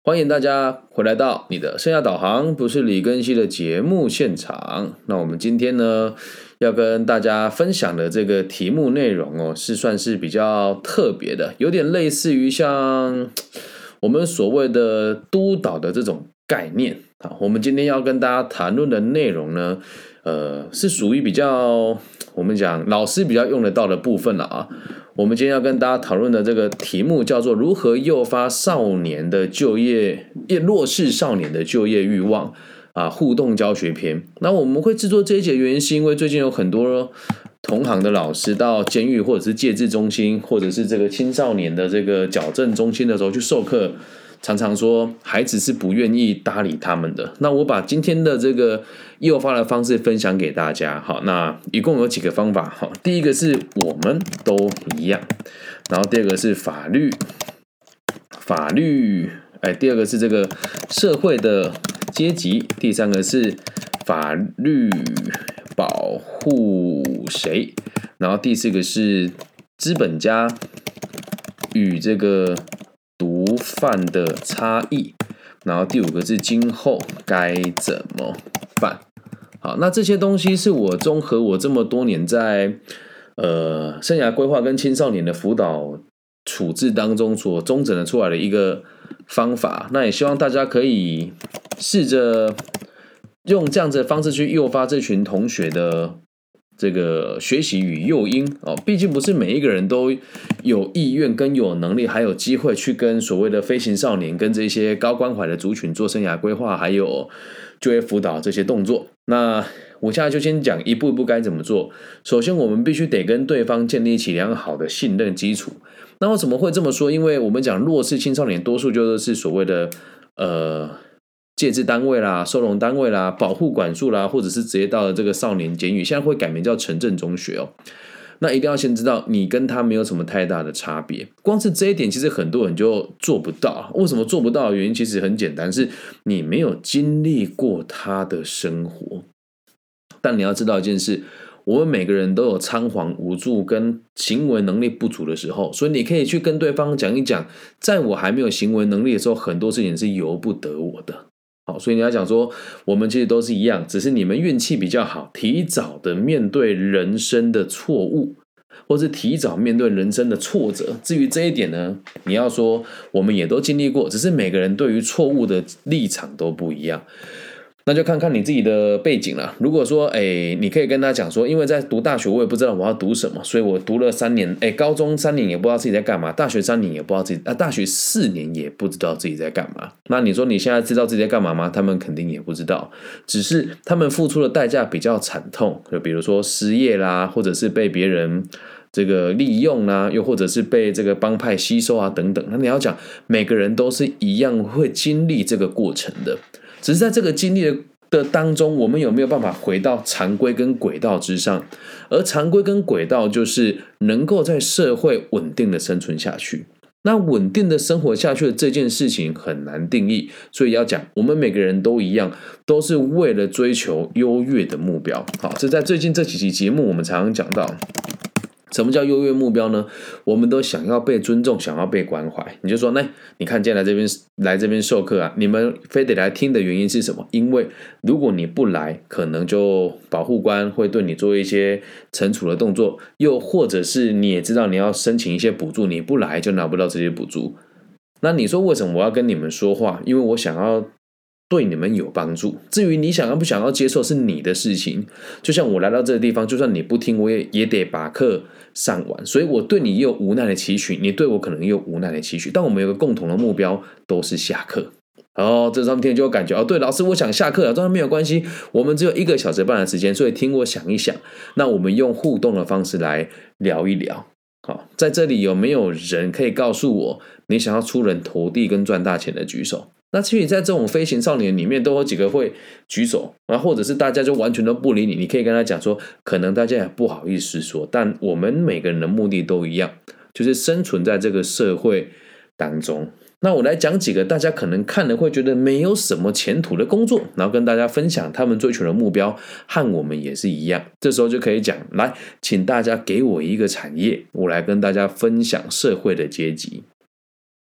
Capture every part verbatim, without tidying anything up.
欢迎大家回来到你的生涯导航，不是李根熙的节目现场。那我们今天呢，要跟大家分享的这个题目内容哦，是算是比较特别的，有点类似于像我们所谓的督导的这种概念。好，我们今天要跟大家谈论的内容呢，呃，是属于比较我们讲老师比较用得到的部分了啊。我们今天要跟大家讨论的这个题目叫做如何诱发少年的就业，弱势少年的就业欲望啊，互动教学篇。那我们会制作这一节的原因是因为最近有很多同行的老师到监狱或者是戒治中心或者是这个青少年的这个矫正中心的时候去授课，常常说孩子是不愿意搭理他们的。那我把今天的这个诱发的方式分享给大家。好，那一共有几个方法。好，第一个是我们都一样，然后第二个是法律，法律，哎，第二个是这个社会的阶级，第三个是法律保护谁，然后第四个是资本家与这个毒贩的差异，然后第五个是今后该怎么办。好，那这些东西是我综合我这么多年在呃生涯规划跟青少年的辅导处置当中所综整的出来的一个方法。那也希望大家可以试着用这样子的方式去诱发这群同学的这个学习与诱因哦，毕竟不是每一个人都有意愿跟有能力还有机会去跟所谓的飞行少年跟这些高关怀的族群做生涯规划还有就业辅导这些动作。那我现在就先讲一步一步该怎么做。首先我们必须得跟对方建立起良好的信任基础。那为什么会这么说？因为我们讲弱势青少年多数就是所谓的呃戒治单位啦、收容单位啦、保护管束啦，或者是直接到了这个少年监狱，现在会改名叫城镇中学哦。那一定要先知道你跟他没有什么太大的差别，光是这一点其实很多人就做不到。为什么做不到的原因其实很简单，是你没有经历过他的生活。但你要知道一件事，我们每个人都有仓皇无助跟行为能力不足的时候，所以你可以去跟对方讲一讲，在我还没有行为能力的时候，很多事情是由不得我的。好，所以你要讲说我们其实都是一样，只是你们运气比较好，提早的面对人生的错误，或是提早面对人生的挫折。至于这一点呢，你要说我们也都经历过，只是每个人对于错误的立场都不一样。那就看看你自己的背景了。如果说，哎，你可以跟他讲说，因为在读大学，我也不知道我要读什么，所以我读了三年，哎，高中三年也不知道自己在干嘛，大学三年也不知道自己，啊，大学四年也不知道自己在干嘛。那你说你现在知道自己在干嘛吗？他们肯定也不知道，只是他们付出的代价比较惨痛，就比如说失业啦，或者是被别人这个利用啦，又或者是被这个帮派吸收啊等等。那你要讲，每个人都是一样会经历这个过程的。只是在这个经历的的当中，我们有没有办法回到常规跟轨道之上？而常规跟轨道就是能够在社会稳定的生存下去。那稳定的生活下去的这件事情很难定义，所以要讲我们每个人都一样，都是为了追求优越的目标。好，这在最近这几期节目我们常常讲到。什么叫优越目标呢？我们都想要被尊重，想要被关怀。你就说，那你看今天来这边来这边授课啊，你们非得来听的原因是什么？因为如果你不来，可能就保护官会对你做一些惩处的动作，又或者是你也知道你要申请一些补助，你不来就拿不到这些补助。那你说为什么我要跟你们说话？因为我想要对你们有帮助，至于你想要不想要接受是你的事情。就像我来到这个地方，就算你不听，我也也得把课上完，所以我对你也有无奈的期许，你对我可能也有无奈的期许，但我们有个共同的目标，都是下课。哦，这上天就有感觉哦，对，老师我想下课了，当然没有关系，我们只有一个小时半的时间，所以听我想一想，那我们用互动的方式来聊一聊。好，在这里有没有人可以告诉我，你想要出人头地跟赚大钱的举手？那其实在这种飞行少年里面都有几个会举手，然后或者是大家就完全都不理你，你可以跟他讲说，可能大家也不好意思说，但我们每个人的目的都一样，就是生存在这个社会当中。那我来讲几个大家可能看了会觉得没有什么前途的工作，然后跟大家分享他们追求的目标和我们也是一样。这时候就可以讲，来，请大家给我一个产业，我来跟大家分享社会的阶级。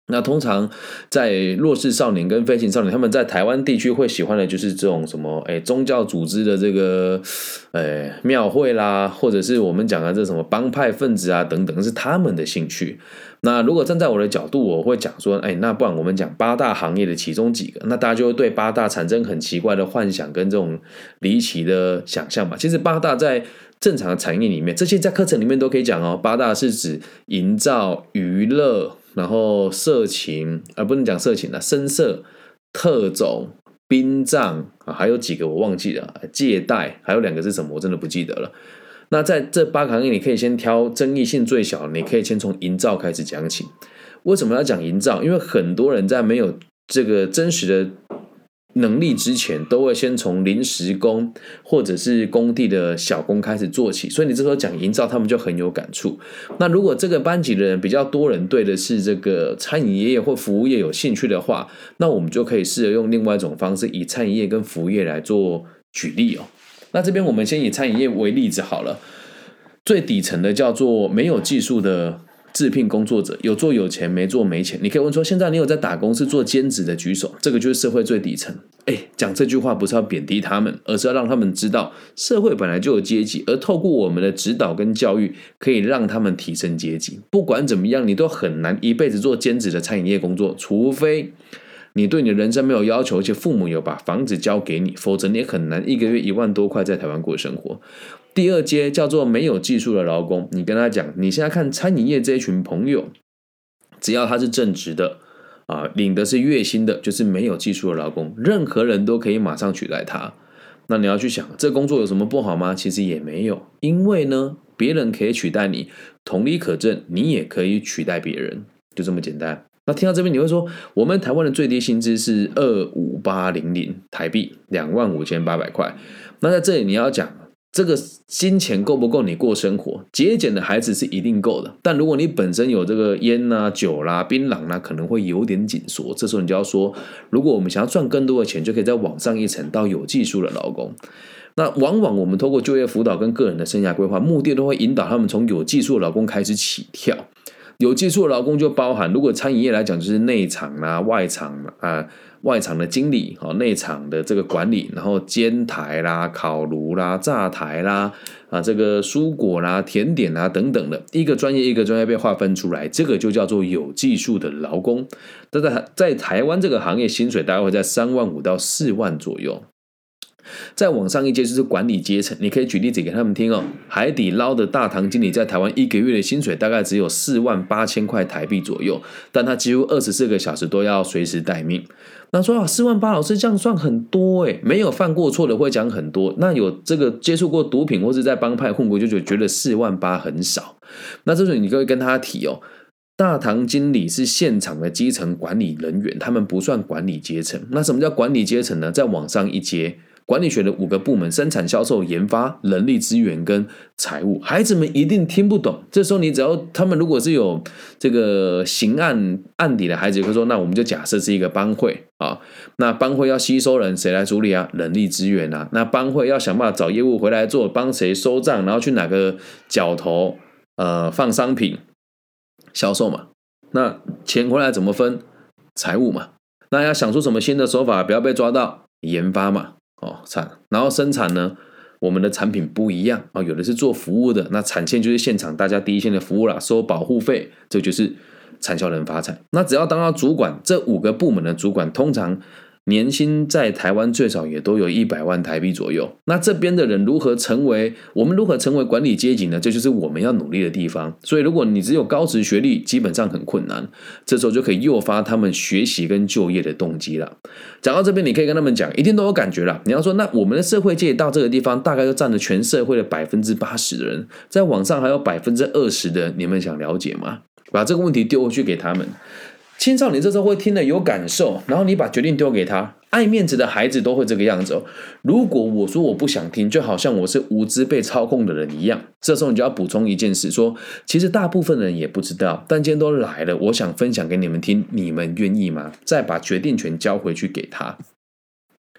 那通常在弱势少年跟非行少年，他们在台湾地区会喜欢的就是这种什么，哎，宗教组织的这个，哎，庙会啦，或者是我们讲的这什么帮派分子啊等等，是他们的兴趣。那如果站在我的角度，我会讲说，哎，那不然我们讲八大行业的其中几个，那大家就会对八大产生很奇怪的幻想跟这种离奇的想象嘛。其实八大在正常的产业里面，这些在课程里面都可以讲哦。八大是指营造、娱乐。然后色情，而、啊、不能讲色情了，声色、特种、殡葬啊，还有几个我忘记了，借贷，还有两个是什么，我真的不记得了。那在这八个行业，你可以先挑争议性最小，你可以先从营造开始讲起。为什么要讲营造？因为很多人在没有这个真实的能力之前，都会先从临时工或者是工地的小工开始做起，所以你这时候讲营造，他们就很有感触。那如果这个班级的人比较多人对的是这个餐饮业或服务业有兴趣的话，那我们就可以试着用另外一种方式，以餐饮业跟服务业来做举例哦。那这边我们先以餐饮业为例子好了，最底层的叫做没有技术的自聘工作者，有做有钱，没做没钱。你可以问说，现在你有在打工是做兼职的举手，这个就是社会最底层。哎，讲这句话不是要贬低他们，而是要让他们知道社会本来就有阶级，而透过我们的指导跟教育，可以让他们提升阶级。不管怎么样，你都很难一辈子做兼职的餐饮业工作，除非你对你的人生没有要求，而且父母有把房子交给你，否则你也很难一个月一万多块在台湾过生活。第二阶叫做没有技术的劳工，你跟他讲，你现在看餐饮业这一群朋友，只要他是正职的啊，领的是月薪的，就是没有技术的劳工，任何人都可以马上取代他。那你要去想，这工作有什么不好吗？其实也没有，因为呢，别人可以取代你，同理可证，你也可以取代别人，就这么简单。那听到这边你会说，我们台湾的最低薪资是二五八零零台币，两万五千八百块。那在这里你要讲，这个金钱够不够你过生活？节俭的孩子是一定够的，但如果你本身有这个烟啊、酒啦、啊、槟榔啦、啊，可能会有点紧缩。这时候你就要说，如果我们想要赚更多的钱，就可以再往上一层到有技术的劳工。那往往我们透过就业辅导跟个人的生涯规划，目的都会引导他们从有技术的劳工开始起跳。有技术的劳工就包含，如果餐饮业来讲，就是内场啦、外场啊、外场的经理，内场的这个管理，然后煎台啦、烤炉啦、炸台啦，啊，这个蔬果啦、甜点啦等等的，一个专业一个专业被划分出来，这个就叫做有技术的劳工。但在在台湾这个行业，薪水大概会在三万五到四万左右。再往上一阶就是管理阶层，你可以举例子给他们听哦。海底捞的大堂经理在台湾一个月的薪水大概只有四万八千块台币左右，但他几乎二十四个小时都要随时待命。那说啊，四万八老师这样算很多诶，没有犯过错的会讲很多，那有这个接触过毒品或是在帮派混过就觉得四万八很少。那这时候你就会跟他提哦，大堂经理是现场的基层管理人员，他们不算管理阶层。那什么叫管理阶层呢？再往上一阶，管理学的五个部门：生产、销售、研发、人力资源跟财务。孩子们一定听不懂，这时候你只要他们如果是有这个刑案案底的孩子，会说：那我们就假设是一个帮会啊，那帮会要吸收人，谁来处理啊？人力资源啊。那帮会要想办法找业务回来做，帮谁收账，然后去哪个角头呃放商品，销售嘛。那钱回来怎么分？财务嘛。那要想出什么新的手法，不要被抓到？研发嘛。哦，产，然后生产呢，我们的产品不一样啊、哦，有的是做服务的，那产线就是现场大家第一线的服务啦，收保护费，这就是产销人发财。那只要当到主管，这五个部门的主管，通常年薪在台湾最少也都有一百万台币左右。那这边的人如何成为我们如何成为管理阶级呢？这就是我们要努力的地方。所以如果你只有高职学历，基本上很困难，这时候就可以诱发他们学习跟就业的动机了。讲到这边，你可以跟他们讲，一定都有感觉了。你要说，那我们的社会界到这个地方，大概就占了全社会的百分之八十的人，在网上还有百分之二十的，你们想了解吗？把这个问题丢回去给他们。青少年这时候会听了有感受，然后你把决定丢给他。爱面子的孩子都会这个样子哦。如果我说我不想听，就好像我是无知被操控的人一样。这时候你就要补充一件事，说其实大部分人也不知道，但今天都来了，我想分享给你们听，你们愿意吗？再把决定权交回去给他。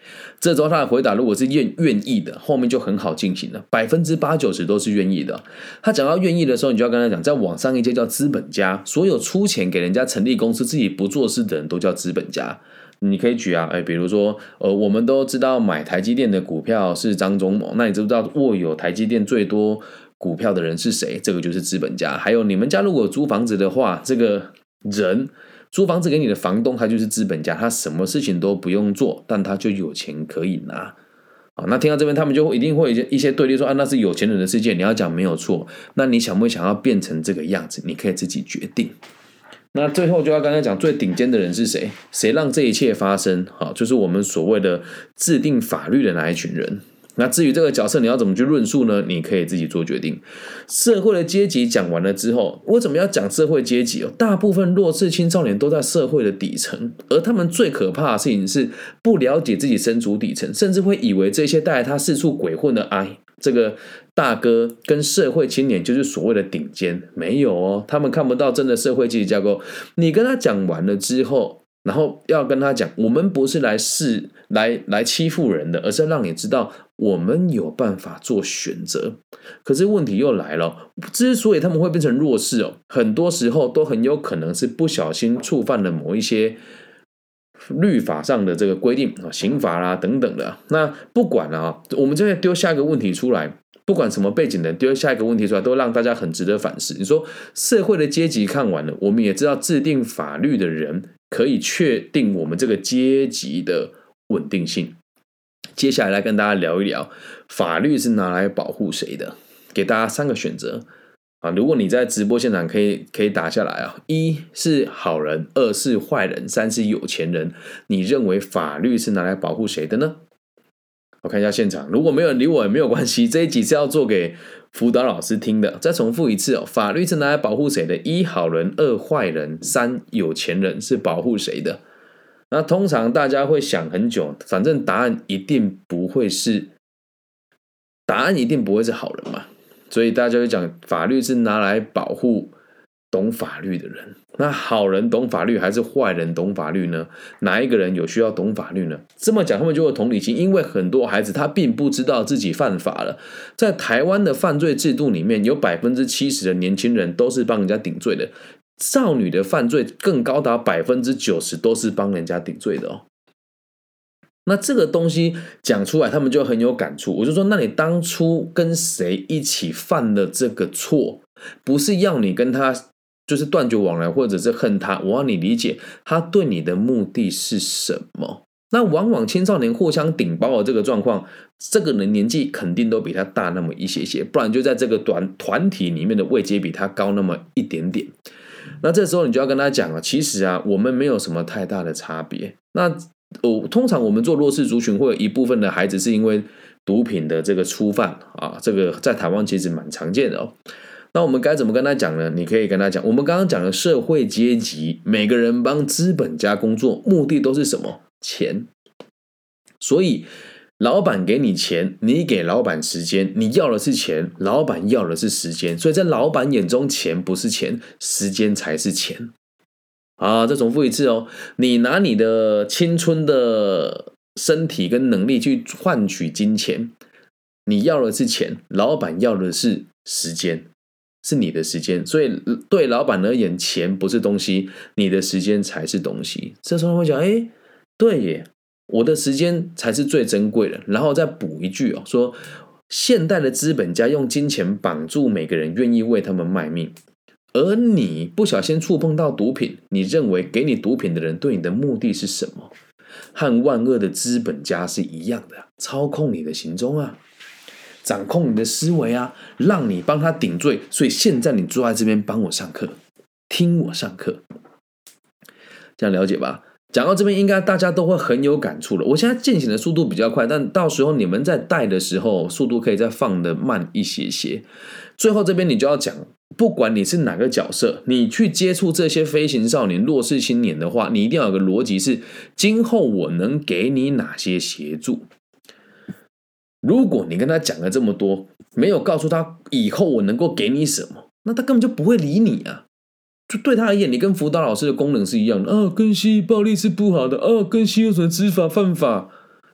这时候他的回答如果是愿愿意的，后面就很好进行了，百分之八九十都是愿意的。他讲到愿意的时候，你就要跟他讲，在网上一阶叫资本家，所有出钱给人家成立公司自己不做事的人都叫资本家。你可以举啊，哎，比如说，呃，我们都知道买台积电的股票是张忠谋，那你知不知道握有台积电最多股票的人是谁？这个就是资本家。还有你们家如果有租房子的话，这个人租房子给你的房东，他就是资本家，他什么事情都不用做，但他就有钱可以拿。好，那听到这边，他们就一定会有一些对立说，啊，那是有钱人的世界，你要讲没有错。那你想不想要变成这个样子？你可以自己决定。那最后就要刚才讲最顶尖的人是谁？谁让这一切发生？好，就是我们所谓的制定法律的那一群人。那至于这个角色你要怎么去论述呢？你可以自己做决定。社会的阶级讲完了之后，为什么要讲社会阶级？大部分弱势青少年都在社会的底层，而他们最可怕的事情是不了解自己身处底层，甚至会以为这些带来他四处鬼混的哎，这个大哥跟社会青年就是所谓的顶尖。没有哦，他们看不到真的社会阶级架构。你跟他讲完了之后，然后要跟他讲，我们不是来试来来欺负人的，而是让你知道我们有办法做选择。可是问题又来了，之所以他们会变成弱势哦，很多时候都很有可能是不小心触犯了某一些律法上的这个规定，刑法啦等等的。那不管啊，我们就会丢下一个问题出来。不管什么背景的丢下一个问题出来，都让大家很值得反思。你说社会的阶级看完了，我们也知道制定法律的人可以确定我们这个阶级的稳定性。接下来来跟大家聊一聊，法律是拿来保护谁的？给大家三个选择啊！如果你在直播现场可以可以打下来啊，一是好人，二是坏人，三是有钱人。你认为法律是拿来保护谁的呢？我看一下现场，如果没有人理我也没有关系，这一集是要做给辅导老师听的。再重复一次哦，法律是拿来保护谁的？一好人，二坏人，三有钱人，是保护谁的？那通常大家会想很久，反正答案一定不会是，答案一定不会是好人嘛，所以大家就会讲法律是拿来保护懂法律的人。那好人懂法律还是坏人懂法律呢？哪一个人有需要懂法律呢？这么讲他们就有同理心，因为很多孩子他并不知道自己犯法了。在台湾的犯罪制度里面，有 百分之七十 的年轻人都是帮人家顶罪的，少女的犯罪更高达 百分之九十 都是帮人家顶罪的哦。那这个东西讲出来他们就很有感触。我就说，那你当初跟谁一起犯了这个错？不是要你跟他就是断绝往来，或者是恨他，我要你理解他对你的目的是什么。那往往青少年互相顶包的这个状况，这个人年纪肯定都比他大那么一些些，不然就在这个团团体里面的位阶比他高那么一点点。那这时候你就要跟他讲了，其实啊，我们没有什么太大的差别。那、哦、通常我们做弱势族群，会有一部分的孩子是因为毒品的这个初犯啊，这个在台湾其实蛮常见的哦。那我们该怎么跟他讲呢？你可以跟他讲，我们刚刚讲的社会阶级，每个人帮资本家工作，目的都是什么？钱。所以老板给你钱，你给老板时间，你要的是钱，老板要的是时间。所以在老板眼中，钱不是钱，时间才是钱。啊，再重复一次哦，你拿你的青春的身体跟能力去换取金钱，你要的是钱，老板要的是时间。是你的时间，所以对老板而言，钱不是东西，你的时间才是东西。这时候会讲，哎，对耶，我的时间才是最珍贵的。然后再补一句哦，说现代的资本家用金钱绑住每个人，愿意为他们卖命。而你不小心触碰到毒品，你认为给你毒品的人对你的目的是什么？和万恶的资本家是一样的，操控你的行踪啊。掌控你的思维啊，让你帮他顶罪，所以现在你坐在这边帮我上课，听我上课，这样了解吧？讲到这边，应该大家都会很有感触了。我现在进行的速度比较快，但到时候你们在带的时候，速度可以再放得慢一些些。最后这边你就要讲，不管你是哪个角色，你去接触这些飞行少年、弱势青年的话，你一定要有个逻辑是：今后我能给你哪些协助？如果你跟他讲了这么多，没有告诉他以后我能够给你什么，那他根本就不会理你啊。就对他而言，你跟辅导老师的功能是一样的啊。更新暴力是不好的啊，更新有什么执法犯法？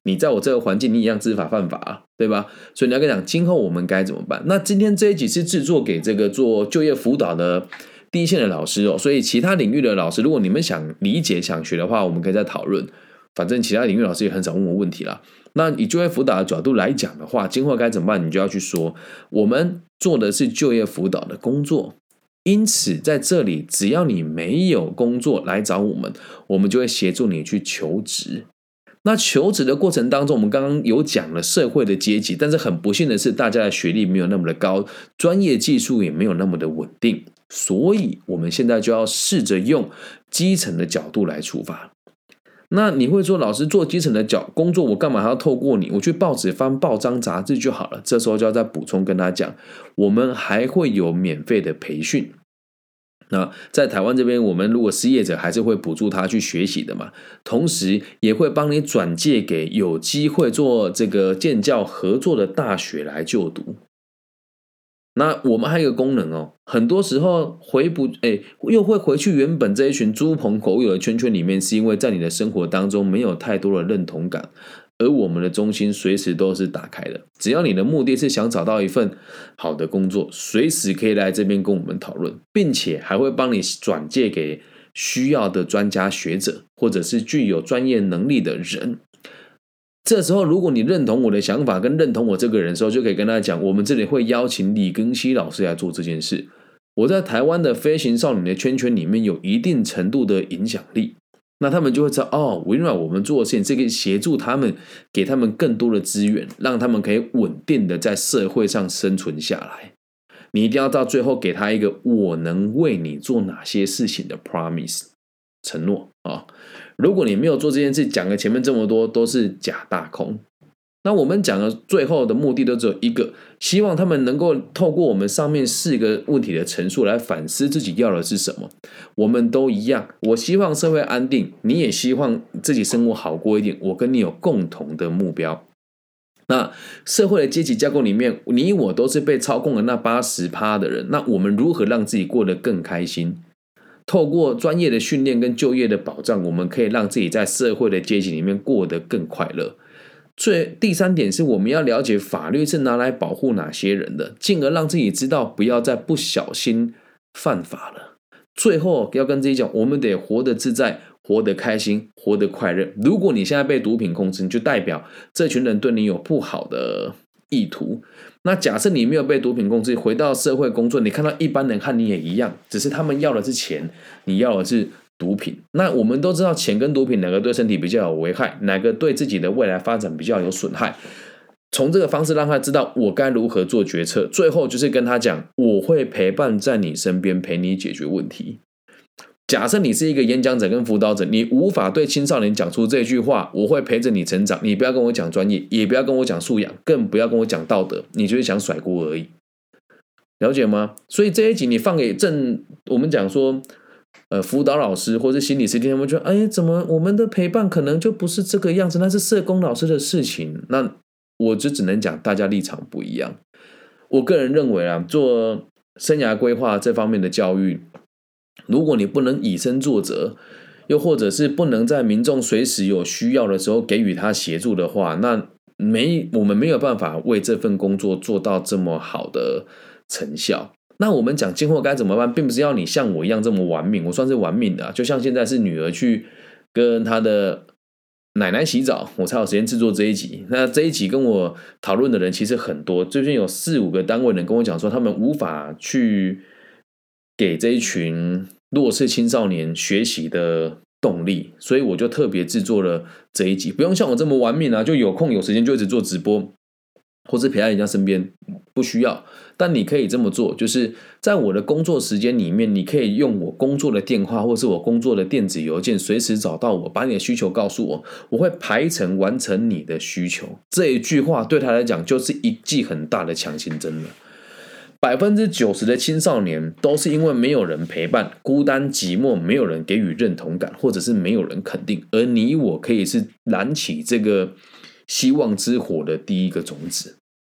你在我这个环境，你一样知法犯法啊，对吧？所以你要跟讲，今后我们该怎么办？那今天这一集是制作给这个做就业辅导的第一线的老师哦，所以其他领域的老师，如果你们想理解、想学的话，我们可以再讨论。反正其他领域老师也很少问我问题啦。那以就业辅导的角度来讲的话，今后该怎么办？你就要去说，我们做的是就业辅导的工作，因此在这里，只要你没有工作来找我们，我们就会协助你去求职。那求职的过程当中，我们刚刚有讲了社会的阶级，但是很不幸的是，大家的学历没有那么的高，专业技术也没有那么的稳定，所以我们现在就要试着用基层的角度来出发。那你会说，老师做基层的角工作，我干嘛还要透过你？我去报纸翻报章杂志就好了。这时候就要再补充跟他讲，我们还会有免费的培训。那在台湾这边，我们如果失业者还是会补助他去学习的嘛，同时也会帮你转介给有机会做这个建教合作的大学来就读。那我们还有一个功能哦，很多时候回不诶，又会回去原本这一群猪朋狗友的圈圈里面，是因为在你的生活当中没有太多的认同感，而我们的中心随时都是打开的，只要你的目的是想找到一份好的工作，随时可以来这边跟我们讨论，并且还会帮你转介给需要的专家学者，或者是具有专业能力的人。这时候如果你认同我的想法跟认同我这个人的时候，就可以跟他讲，我们这里会邀请李庚希老师来做这件事。我在台湾的飞行少年的圈圈里面有一定程度的影响力，那他们就会知道，哦，原来我们做的事情是可以协助他们，给他们更多的资源，让他们可以稳定的在社会上生存下来。你一定要到最后给他一个我能为你做哪些事情的 promise 承诺啊、哦！如果你没有做这件事，讲了前面这么多都是假大空。那我们讲的最后的目的都只有一个，希望他们能够透过我们上面四个问题的陈述来反思自己要的是什么。我们都一样，我希望社会安定，你也希望自己生活好过一点，我跟你有共同的目标。那社会的阶级架构里面，你我都是被操控的那 百分之八十 的人，那我们如何让自己过得更开心？透过专业的训练跟就业的保障，我们可以让自己在社会的阶级里面过得更快乐。最第三点是，我们要了解法律是拿来保护哪些人的，进而让自己知道不要再不小心犯法了。最后要跟自己讲，我们得活得自在，活得开心，活得快乐。如果你现在被毒品控制，就代表这群人对你有不好的意图。那假设你没有被毒品控制，回到社会工作，你看到一般人和你也一样，只是他们要的是钱，你要的是毒品。那我们都知道钱跟毒品哪个对身体比较有危害，哪个对自己的未来发展比较有损害。从这个方式让他知道我该如何做决策，最后就是跟他讲，我会陪伴在你身边，陪你解决问题。假设你是一个演讲者跟辅导者，你无法对青少年讲出这句话，我会陪着你成长，你不要跟我讲专业，也不要跟我讲素养，更不要跟我讲道德，你就是想甩锅而已。了解吗？所以这一集你放给正我们讲说呃，辅导老师或是心理师听，他们觉得哎，怎么我们的陪伴可能就不是这个样子，那是社工老师的事情。那我就只能讲大家立场不一样。我个人认为啊，做生涯规划这方面的教育，如果你不能以身作则，又或者是不能在民众随时有需要的时候给予他协助的话，那没我们没有办法为这份工作做到这么好的成效。那我们讲今后该怎么办，并不是要你像我一样这么玩命，我算是玩命的、啊、就像现在是女儿去跟她的奶奶洗澡，我才有时间制作这一集。那这一集跟我讨论的人其实很多，最近有四五个单位人跟我讲说，他们无法去给这一群弱势青少年学习的动力，所以我就特别制作了这一集。不用像我这么玩命啊，就有空有时间就一直做直播，或是陪在人家身边，不需要。但你可以这么做，就是在我的工作时间里面，你可以用我工作的电话或是我工作的电子邮件随时找到我，把你的需求告诉我，我会排程完成你的需求。这一句话对他来讲就是一剂很大的强心针了。百分之九十的青少年都是因为没有人陪伴，孤单寂寞，没有人给予认同感，或者是没有人肯定，而你我可以是燃起这个希望之火的第一个种子。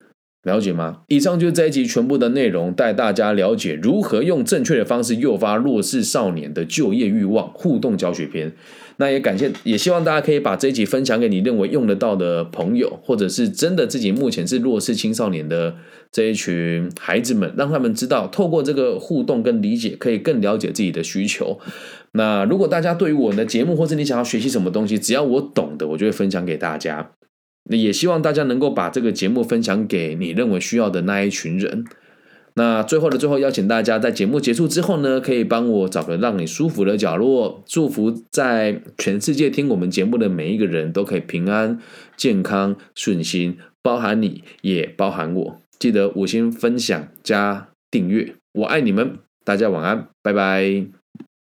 了解吗？以上就是这一集全部的内容，带大家了解如何用正确的方式诱发弱势少年的就业欲望互动教学篇。那也感谢，也希望大家可以把这一集分享给你认为用得到的朋友，或者是真的自己目前是弱势青少年的这一群孩子们，让他们知道透过这个互动跟理解，可以更了解自己的需求。那如果大家对于我的节目，或是你想要学习什么东西，只要我懂的，我就会分享给大家。也希望大家能够把这个节目分享给你认为需要的那一群人。那最后的最后，邀请大家在节目结束之后呢，可以帮我找个让你舒服的角落，祝福在全世界听我们节目的每一个人都可以平安、健康、顺心，包含你也包含我。记得五星分享加订阅，我爱你们，大家晚安，拜拜。